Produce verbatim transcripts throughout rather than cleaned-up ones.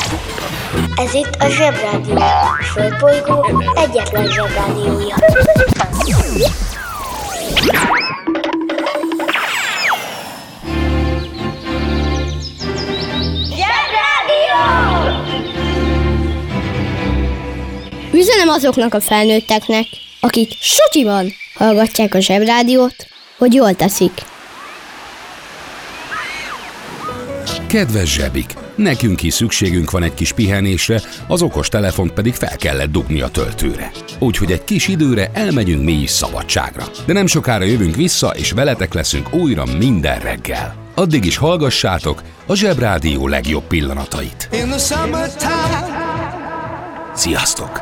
Ez itt a Zsebrádió, a Földbolygó egyetlen Zsebrádiója. Zsebrádió! Üzenem azoknak a felnőtteknek, akik sutyiban hallgatják a Zsebrádiót, hogy jól teszik. Kedves zsebik, nekünk is szükségünk van egy kis pihenésre, az okos telefont pedig fel kellett dugni a töltőre. Úgyhogy egy kis időre elmegyünk mi is szabadságra. De nem sokára jövünk vissza, és veletek leszünk újra minden reggel. Addig is hallgassátok a Zsebrádió legjobb pillanatait. Sziasztok!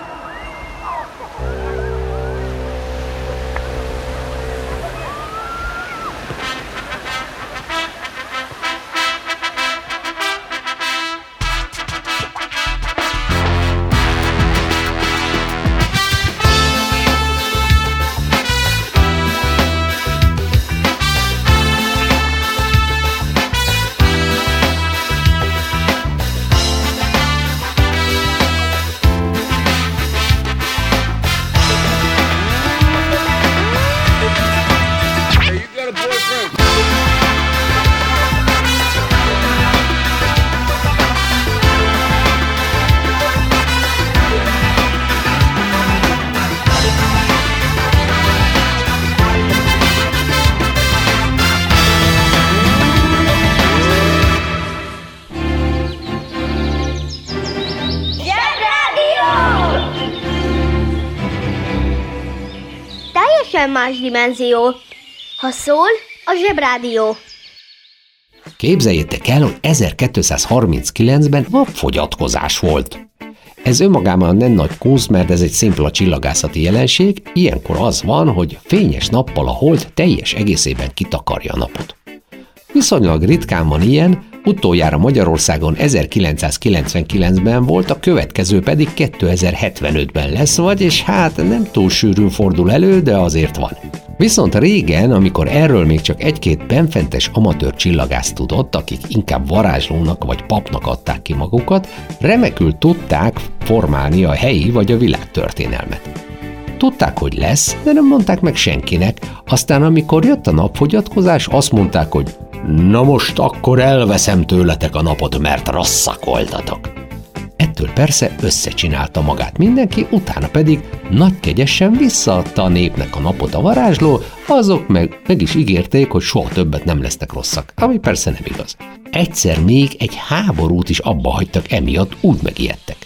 Teljesen más dimenzió. Ha szól, a Zsebrádió. Képzeljétek el, hogy ezerkétszázharminckilencben napfogyatkozás volt. Ez önmagában nem nagy kunst, mert ez egy szimpla csillagászati jelenség, ilyenkor az van, hogy fényes nappal a hold teljes egészében kitakarja a napot. Viszonylag ritkán van ilyen, utoljára Magyarországon ezerkilencszázkilencvenkilencben volt, a következő pedig kétezer-hetvenötben lesz, vagyis hát nem túl sűrűn fordul elő, de azért van. Viszont régen, amikor erről még csak egy-két benfentes amatőr csillagász tudott, akik inkább varázslónak vagy papnak adták ki magukat, remekül tudták formálni a helyi vagy a világtörténelmet. Tudták, hogy lesz, de nem mondták meg senkinek, aztán amikor jött a napfogyatkozás, azt mondták, hogy na most akkor elveszem tőletek a napot, mert rosszak voltatok. Ettől persze összecsinálta magát mindenki, utána pedig nagykegyesen visszaadta a népnek a napot a varázsló, azok meg meg is ígérték, hogy soha többet nem lesznek rosszak, ami persze nem igaz. Egyszer még egy háborút is abba hagytak emiatt, úgy megijedtek.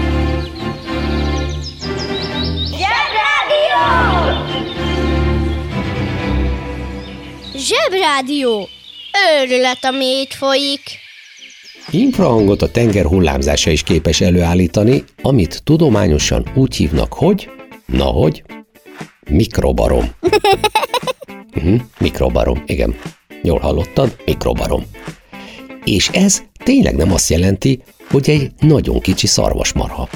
Zsebrádió! Őrület, ami itt folyik. Infrahangot a tenger hullámzása is képes előállítani, amit tudományosan úgy hívnak, hogy, na hogy, mikrobarom. uh-huh, mikrobarom, igen. Jól hallottad? Mikrobarom. És ez tényleg nem azt jelenti, hogy egy nagyon kicsi szarvasmarha.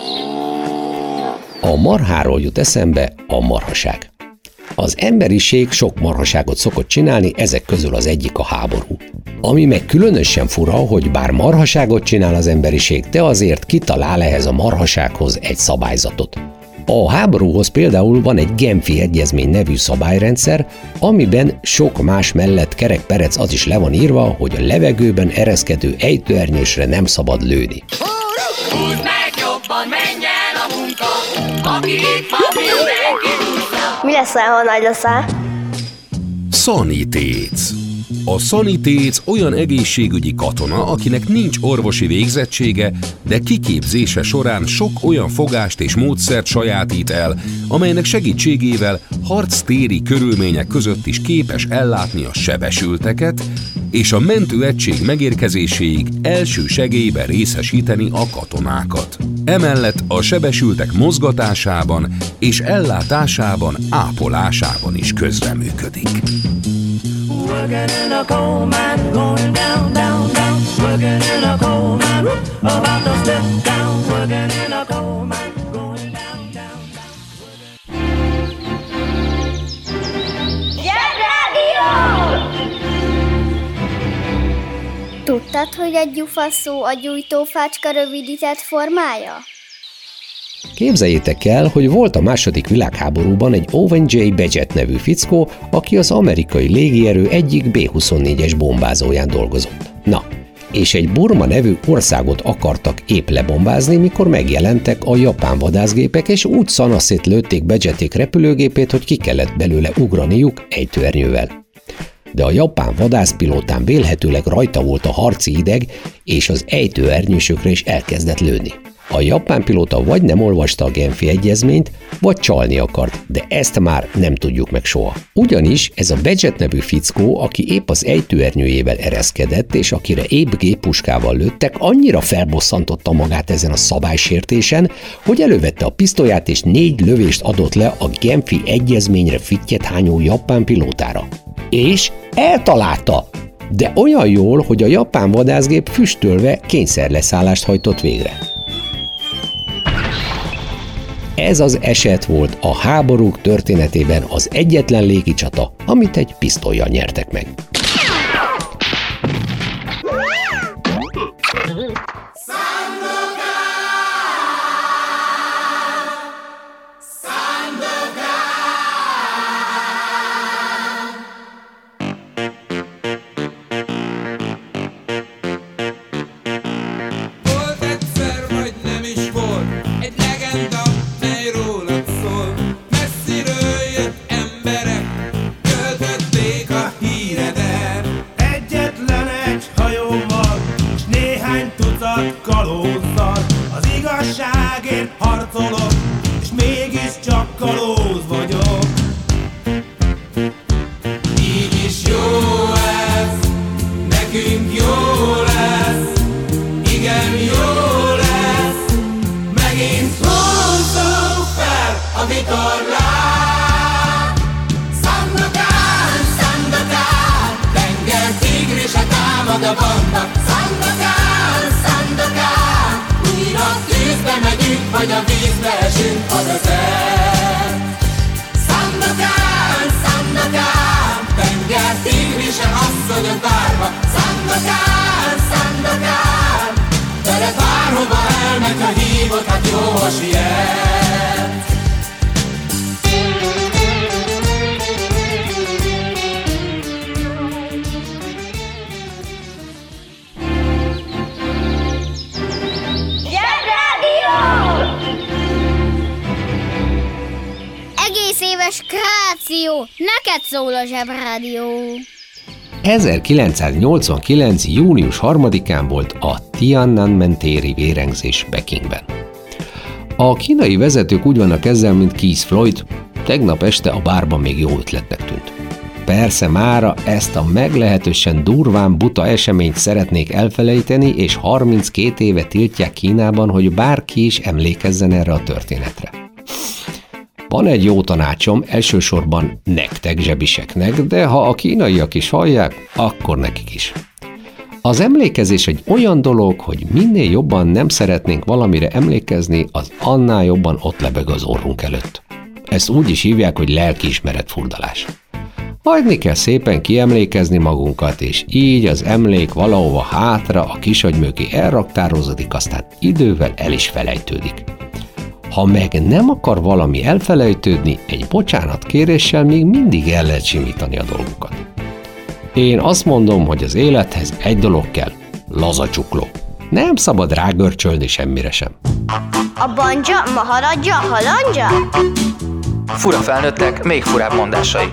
A marháról jut eszembe a marhaság. Az emberiség sok marhaságot szokott csinálni, ezek közül az egyik a háború. Ami meg különösen fura, hogy bár marhaságot csinál az emberiség, de azért kitalál ehhez a marhasághoz egy szabályzatot. A háborúhoz például van egy Genfi Egyezmény nevű szabályrendszer, amiben sok más mellett kerekperec az is le van írva, hogy a levegőben ereszkedő ejtőernyősre nem szabad lőni. Húzd meg jobban, menj el a munka, aki itt van, mindenki húzza. Mi leszel, ha nagy leszel? Szanitéc. A szanitéc olyan egészségügyi katona, akinek nincs orvosi végzettsége, de kiképzése során sok olyan fogást és módszert sajátít el, amelynek segítségével harctéri körülmények között is képes ellátni a sebesülteket, és a mentőegység megérkezéséig első segélyben részesíteni a katonákat. Emellett a sebesültek mozgatásában és ellátásában, ápolásában is közreműködik. Working in a coal mine, going down, down, down. Working in a coal mine, about to step down. Working in a coal mine, going down, down, down. Zsebrádió! Tudtad, hogy a gyufa szó a gyújtófácska rövidített formája? Képzeljétek el, hogy volt a második világháborúban egy Owen J. Badgett nevű fickó, aki az amerikai légierő egyik bé huszonnégyes bombázóján dolgozott. Na, és egy Burma nevű országot akartak épp lebombázni, mikor megjelentek a japán vadászgépek, és úgy szanaszét lőtték Badgették repülőgépét, hogy ki kellett belőle ugraniuk ejtőernyővel. De a japán vadászpilótán vélhetőleg rajta volt a harci ideg, és az ejtőernyősökre is elkezdett lőni. A japán pilóta vagy nem olvasta a Genfi egyezményt, vagy csalni akart, de ezt már nem tudjuk meg soha. Ugyanis ez a Badgett nevű fickó, aki épp az ejtőernyőjével ereszkedett, és akire épp géppuskával lőttek, annyira felbosszantotta magát ezen a szabálysértésen, hogy elővette a pisztolyát és négy lövést adott le a Genfi egyezményre fittyet hányó japán pilótára. És eltalálta! De olyan jól, hogy a japán vadászgép füstölve kényszerleszállást hajtott végre. Ez az eset volt a háborúk történetében az egyetlen légicsata, amit egy pisztollyal nyertek meg. Vagy a vízbe esünk, az az el. Szandokán, Szandokán, tenger tigrise asszonyok várva. Szandokán, Szandokán, veled bárhova elmegy, ha hívod, hát jó, ha siet. Egész éves kreáció, neked szól a Zsebrádió! ezerkilencszáznyolcvankilenc. június harmadikán volt a Tiananmen téri vérengzés Pekingben. A kínai vezetők úgy vannak ezzel, mint Keith Floyd, tegnap este a bárban még jó ötletnek tűnt. Persze mára ezt a meglehetősen durván buta eseményt szeretnék elfelejteni, és harminckét éve tiltják Kínában, hogy bárki is emlékezzen erre a történetre. Van egy jó tanácsom, elsősorban nektek, zsebiseknek, de ha a kínaiak is hallják, akkor nekik is. Az emlékezés egy olyan dolog, hogy minél jobban nem szeretnénk valamire emlékezni, az annál jobban ott lebeg az orrunk előtt. Ezt úgy is hívják, hogy lelkiismeretfurdalás. Hagyni kell szépen kiemlékezni magunkat, és így az emlék valahova hátra a kisagy mögé elraktározódik, aztán idővel el is felejtődik. Ha meg nem akar valami elfelejtődni, egy bocsánatkéréssel még mindig el lehet simítani a dolgokat. Én azt mondom, hogy az élethez egy dolog kell, laza csukló. Nem szabad rágörcsölni semmire sem. A banja, maharadja, halandja? Fura felnőttek, még furább mondásai.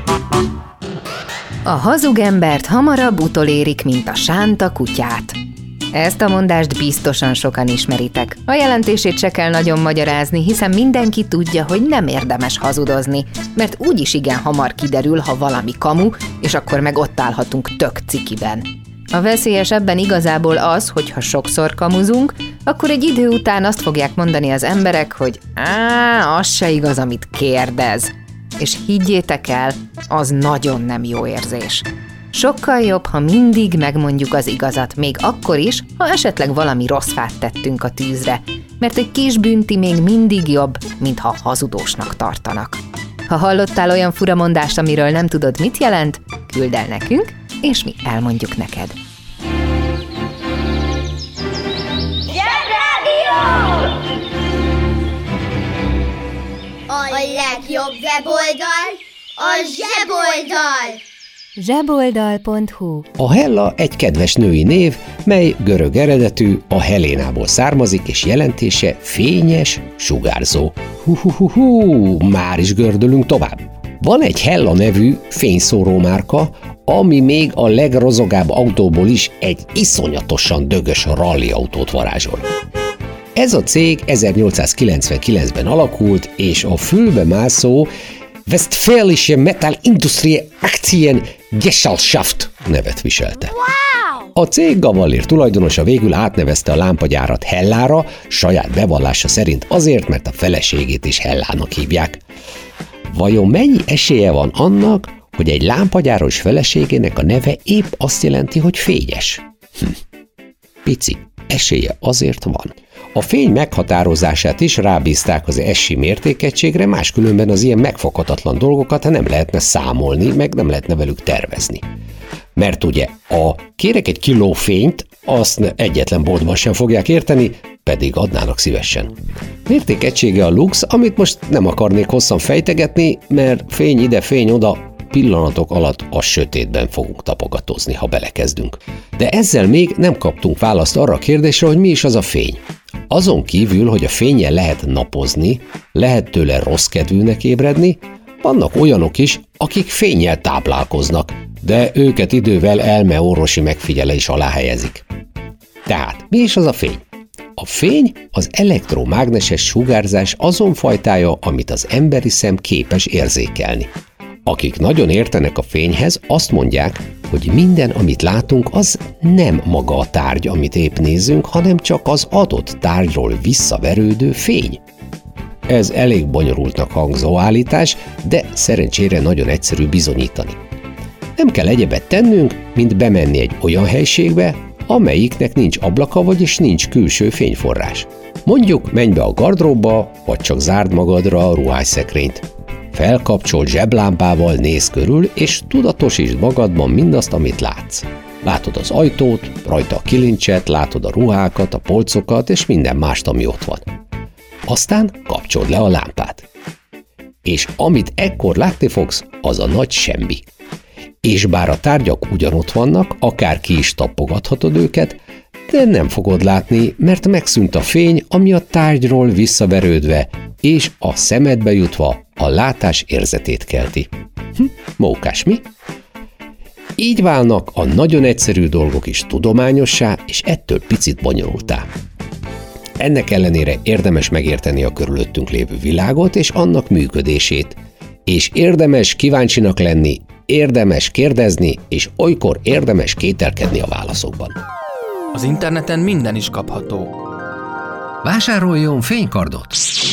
A hazug embert hamarabb utolérik, mint a sánta kutyát. Ezt a mondást biztosan sokan ismeritek. A jelentését se kell nagyon magyarázni, hiszen mindenki tudja, hogy nem érdemes hazudozni, mert úgyis igen hamar kiderül, ha valami kamu, és akkor meg ott állhatunk tök cikiben. A veszélyes ebben igazából az, hogy ha sokszor kamuzunk, akkor egy idő után azt fogják mondani az emberek, hogy á, az se igaz, amit kérdez. És higgyétek el, az nagyon nem jó érzés. Sokkal jobb, ha mindig megmondjuk az igazat, még akkor is, ha esetleg valami rossz fát tettünk a tűzre, mert egy kis bünti még mindig jobb, mint ha hazudósnak tartanak. Ha hallottál olyan furamondást, amiről nem tudod, mit jelent, küldd el nekünk, és mi elmondjuk neked. legjobb weboldal a zseboldal! zseboldal pont hu. A Hella egy kedves női név, mely görög eredetű, a Helénából származik, és jelentése fényes, sugárzó. Hú-hú-hú-hú, már is gördülünk tovább. Van egy Hella nevű fényszóró márka, ami még a legrozogább autóból is egy iszonyatosan dögös rally autót varázsol. Ez a cég ezernyolcszázkilencvenkilencben alakult, és a fülbe mászó Westfälische Metallindustrie Aktien Gesellschaft nevet viselte. Wow! A cég Gavallér tulajdonosa végül átnevezte a lámpagyárat Hellára, saját bevallása szerint azért, mert a feleségét is Hellának hívják. Vajon mennyi esélye van annak, hogy egy lámpagyáros feleségének a neve épp azt jelenti, hogy fényes? Hm. Pici, esélye azért van. A fény meghatározását is rábízták az es i mértékegységre, máskülönben az ilyen megfoghatatlan dolgokat nem lehetne számolni, meg nem lehetne velük tervezni. Mert ugye a kérek egy kiló fényt, azt egyetlen boltban sem fogják érteni, pedig adnának szívesen. Mértékegysége a lux, amit most nem akarnék hosszan fejtegetni, mert fény ide, fény oda, pillanatok alatt a sötétben fogunk tapogatózni, ha belekezdünk. De ezzel még nem kaptunk választ arra a kérdésre, hogy mi is az a fény. Azon kívül, hogy a fénnyel lehet napozni, lehet tőle rossz kedvűnek ébredni, vannak olyanok is, akik fénnyel táplálkoznak, de őket idővel elmeorvosi megfigyelés alá helyezik. Tehát, mi is az a fény? A fény az elektromágneses sugárzás azon fajtája, amit az emberi szem képes érzékelni. Akik nagyon értenek a fényhez, azt mondják, hogy minden, amit látunk, az nem maga a tárgy, amit épp nézünk, hanem csak az adott tárgyról visszaverődő fény. Ez elég bonyolultnak hangzó állítás, de szerencsére nagyon egyszerű bizonyítani. Nem kell egyebet tennünk, mint bemenni egy olyan helységbe, amelyiknek nincs ablaka, vagyis nincs külső fényforrás. Mondjuk menj be a gardróbba, vagy csak zárd magadra a ruhásszekrényt. Felkapcsolt zseblámpával nézz körül, és tudatosítsd magadban mindazt, amit látsz. Látod az ajtót, rajta a kilincset, látod a ruhákat, a polcokat, és minden mást, ami ott van. Aztán kapcsold le a lámpát. És amit ekkor látni fogsz, az a nagy semmi. És bár a tárgyak ugyanott vannak, akár ki is tapogathatod őket, de nem fogod látni, mert megszűnt a fény, ami a tárgyról visszaverődve, és a szemedbe jutva a látás érzetét kelti. Hm, mókás, mi? Így válnak a nagyon egyszerű dolgok is tudományossá, és ettől picit bonyolultá. Ennek ellenére érdemes megérteni a körülöttünk lévő világot és annak működését, és érdemes kíváncsinak lenni, érdemes kérdezni, és olykor érdemes kételkedni a válaszokban. Az interneten minden is kapható. Vásároljon fénykardot!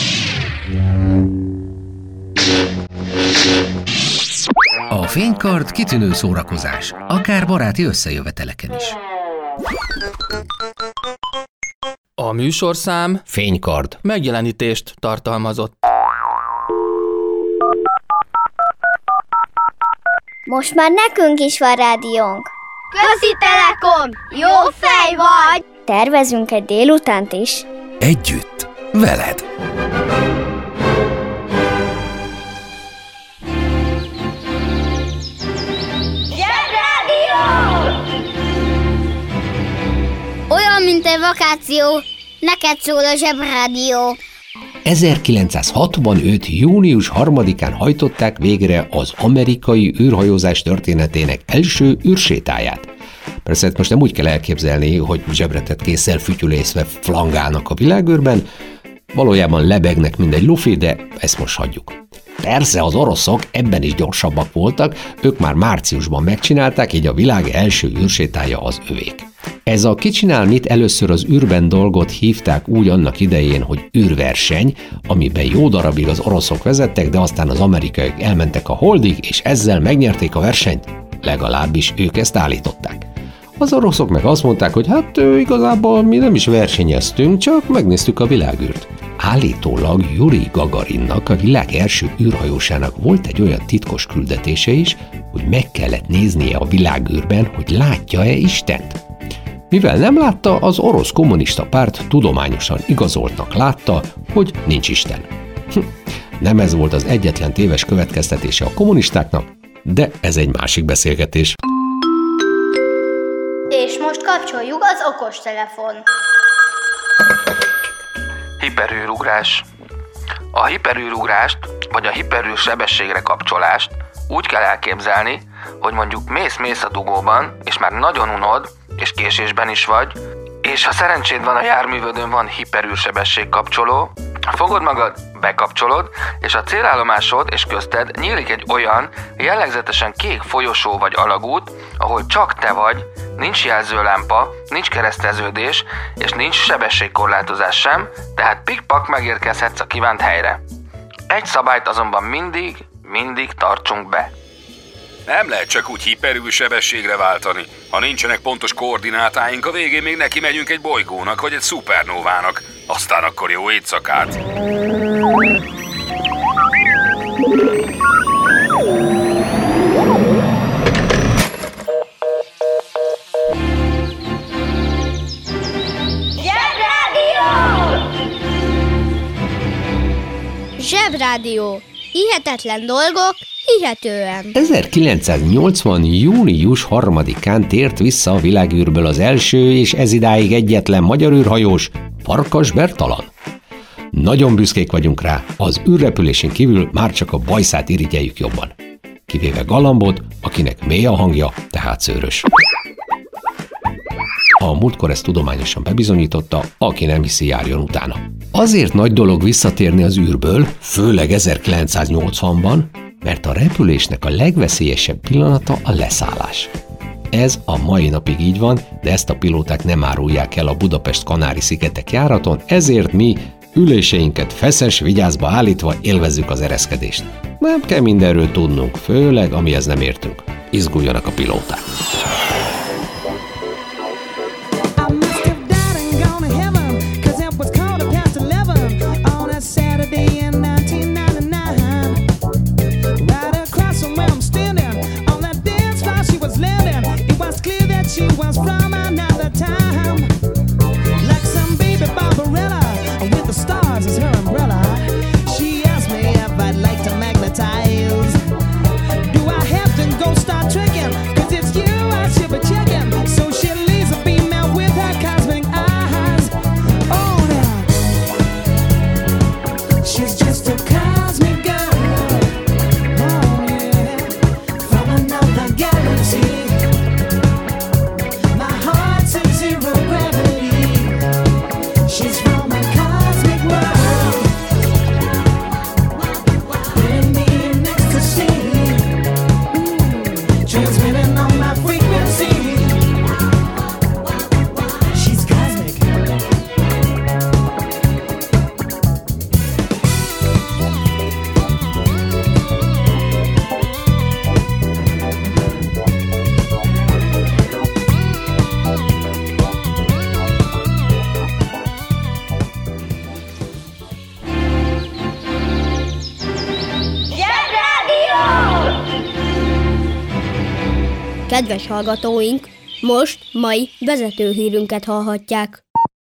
A fénykard kitűnő szórakozás, akár baráti összejöveteleken is. A műsorszám Fénykard megjelenítést tartalmazott. Most már nekünk is van rádiónk. Köszi Telekom! Jó fej vagy! Tervezünk egy délutánt is. Együtt, veled! Olyan, mint egy vakáció, neked szól a Zsebrádió. ezerkilencszázhatvanöt. június harmadikán hajtották végre az amerikai űrhajózás történetének első űrsétáját. Persze ezt most nem úgy kell elképzelni, hogy zsebretett kézzel fütyülészve flangálnak a világűrben, valójában lebegnek, mint egy lufi, de ezt most hagyjuk. Persze az oroszok ebben is gyorsabbak voltak, ők már márciusban megcsinálták, így a világ első űrsétája az övék. Ez a kicsinál mit először az űrben dolgot hívták úgy annak idején, hogy űrverseny, amiben jó darabig az oroszok vezettek, de aztán az amerikaiak elmentek a holdig, és ezzel megnyerték a versenyt. Legalábbis ők ezt állították. Az oroszok meg azt mondták, hogy hát igazából mi nem is versenyeztünk, csak megnéztük a világűrt. Állítólag Juri Gagarinnak, a világ első űrhajósának volt egy olyan titkos küldetése is, hogy meg kellett néznie a világűrben, hogy látja-e Istent. Mivel nem látta, az orosz kommunista párt tudományosan igazoltnak látta, hogy nincs Isten. Nem ez volt az egyetlen téves következtetése a kommunistáknak, de ez egy másik beszélgetés. És most kapcsoljuk az okostelefon. Hiperűrugrás. A hiperűrugrást, vagy a hiperűrsebességre kapcsolást úgy kell elképzelni, hogy mondjuk mész-mész a dugóban, és már nagyon unod, és késésben is vagy, és ha szerencséd van, a járművödön van hiperűrsebesség kapcsoló, fogod magad, bekapcsolod, és a célállomásod és közted nyílik egy olyan jellegzetesen kék folyosó vagy alagút, ahol csak te vagy, nincs jelzőlámpa, nincs kereszteződés, és nincs sebességkorlátozás sem, tehát pikpak megérkezhetsz a kívánt helyre. Egy szabályt azonban mindig, mindig tartsunk be. Nem lehet csak úgy hiperűrsebességre váltani. Ha nincsenek pontos koordinátáink, a végén még neki megyünk egy bolygónak vagy egy szupernóvának. Aztán akkor jó éjszakát! Zsebrádió. Hihetetlen dolgok, hihetően. ezerkilencszáznyolcvan. június harmadikán tért vissza a világűrből az első és ezidáig egyetlen magyar űrhajós, Farkas Bertalan. Nagyon büszkék vagyunk rá, az űrrepülésén kívül már csak a bajszát irigyeljük jobban. Kivéve Galambot, akinek mély a hangja, tehát szőrös. A múltkor ezt tudományosan bebizonyította, aki nem hiszi, járjon utána. Azért nagy dolog visszatérni az űrből, főleg ezerkilencszáznyolcvanban, mert a repülésnek a legveszélyesebb pillanata a leszállás. Ez a mai napig így van, de ezt a pilóták nem árulják el a Budapest-Kanári-szigetek járaton, ezért mi üléseinket feszes vigyázba állítva élvezzük az ereszkedést. Nem kell mindenről tudnunk, főleg amihez nem értünk. Izguljanak a pilóták! Kedves hallgatóink, most mai vezetőhírünket hallhatják.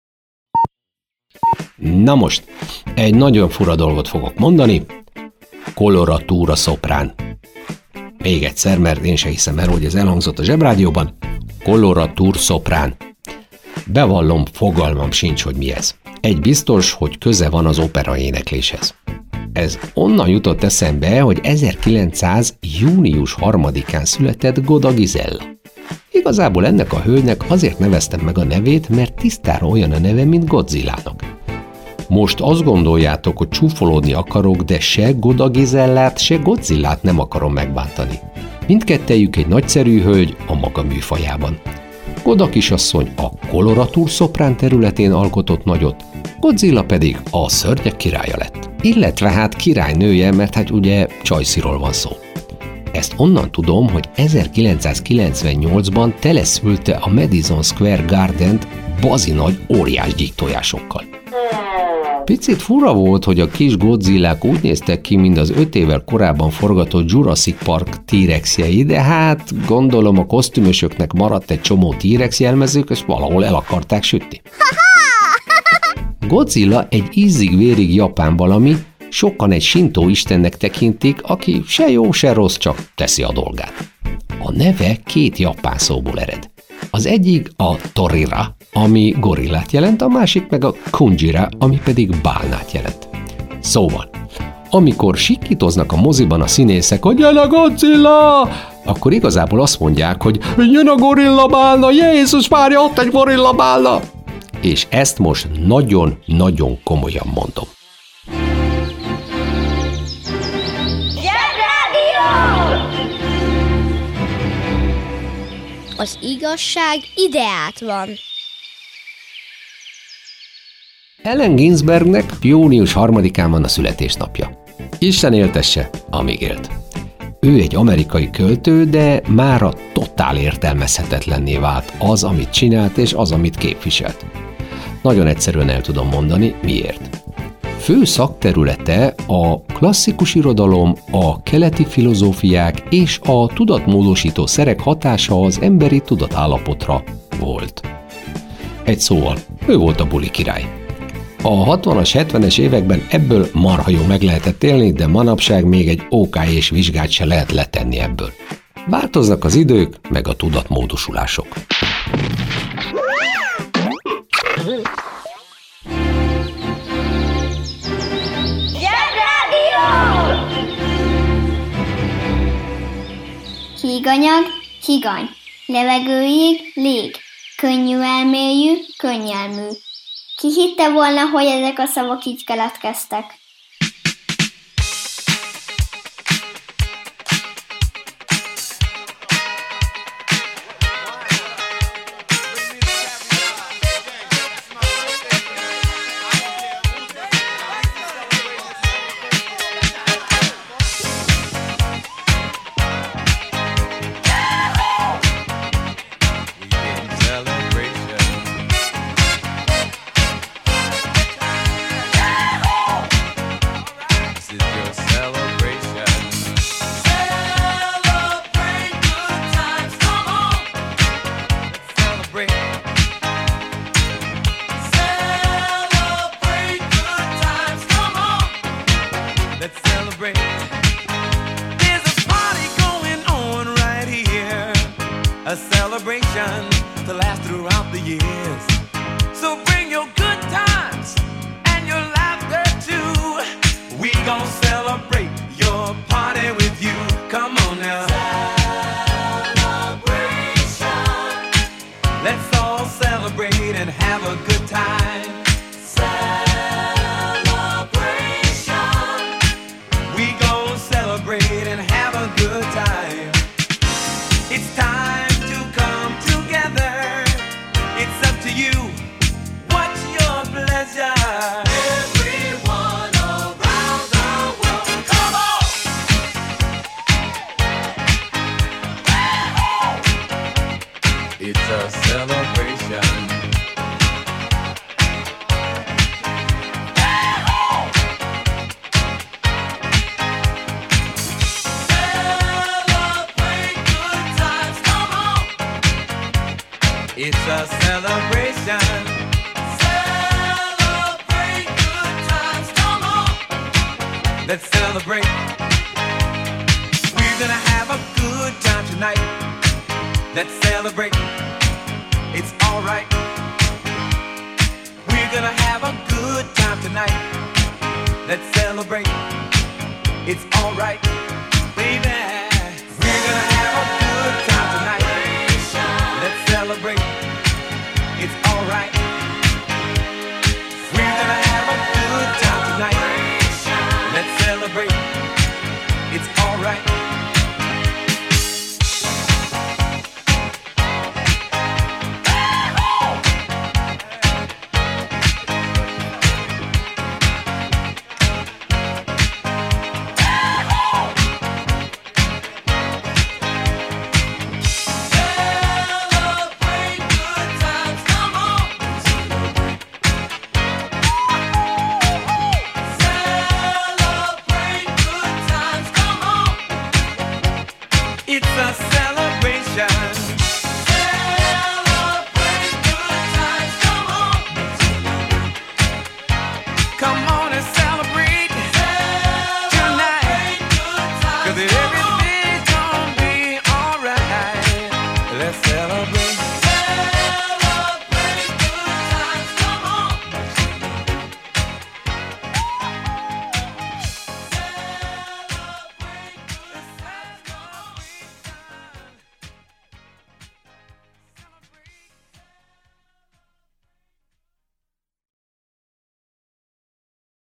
Na most, egy nagyon fura dolgot fogok mondani. Koloratúra szoprán. Még egyszer, mert én se hiszem el, hogy ez elhangzott a Zsebrádióban. Koloratúr szoprán. Bevallom, fogalmam sincs, hogy mi ez. Egy biztos, hogy köze van az opera énekléshez. Ez onnan jutott eszembe, hogy ezerkilencszáz. június harmadikán született Goda Gizella. Igazából ennek a hölgynek azért neveztem meg a nevét, mert tisztára olyan a neve, mint Godzillának. Most azt gondoljátok, hogy csúfolódni akarok, de se Goda Gizellát, se Godzillát nem akarom megbántani. Mindkettejük egy nagyszerű hölgy a maga műfajában. Goda kisasszony a koloratúr szoprán területén alkotott nagyot, Godzilla pedig a szörnyek királya lett. Illetve hát királynője, mert hát ugye Csajsziról van szó. Ezt onnan tudom, hogy ezerkilencszázkilencvennyolcban teleszülte a Madison Square Gardent bazi nagy óriás gyíktojásokkal. Picit fura volt, hogy a kis Godzillák úgy néztek ki, mint az öt évvel korábban forgatott Jurassic Park T-rexjei, de hát gondolom a kosztümösöknek maradt egy csomó T-rex jelmezők, és valahol el akarták sütni. Godzilla egy ízig-vérig japán valami, sokan egy sintó istennek tekintik, aki se jó, se rossz, csak teszi a dolgát. A neve két japán szóból ered. Az egyik a Torira, ami gorillát jelent, a másik meg a Kunjira, ami pedig bálnát jelent. Szóval, amikor sikítoznak a moziban a színészek, hogy jön a Godzilla, akkor igazából azt mondják, hogy jön a gorilla bálna, Jézus Mária, ott egy gorilla bálna! És ezt most nagyon-nagyon komolyan mondom. Az igazság ideát van. Allen Ginsbergnek június harmadikán van a születésnapja. Isten éltesse, amíg élt. Ő egy amerikai költő, de mára totál értelmezhetetlenné vált az, amit csinált, és az, amit képviselt. Nagyon egyszerűen el tudom mondani, miért. Fő szakterülete a klasszikus irodalom, a keleti filozófiák és a tudatmódosító szerek hatása az emberi tudatállapotra volt. Egy szóval, ő volt a buli király. A hatvanas, hetvenes években ebből marha jó meg lehetett élni, de manapság még egy ó ká és vizsgát se lehet letenni ebből. Változnak az idők, meg a tudatmódosulások. Híganyag, higany. Levegőig, lég. Könnyű elmélyű, könnyelmű. Ki hitte volna, hogy ezek a szavak így keletkeztek? A celebration to last throughout the years. So bring your good times and your laughter too. We gon' celebrate your party with you. Come on now. Celebration. Let's all celebrate and have a good time. Celebration. We gon' celebrate and have a good time. It's time. It's a celebration. Celebrate good times, come on. It's a celebration. Celebrate good times, come on. Let's celebrate. We're gonna have a good time tonight. Let's celebrate. It's alright. We're gonna have a good time tonight. Let's celebrate. It's alright. Baby, we're gonna have a good time tonight. Let's celebrate. It's alright. We're gonna have a good time tonight. Let's celebrate. It's alright. it every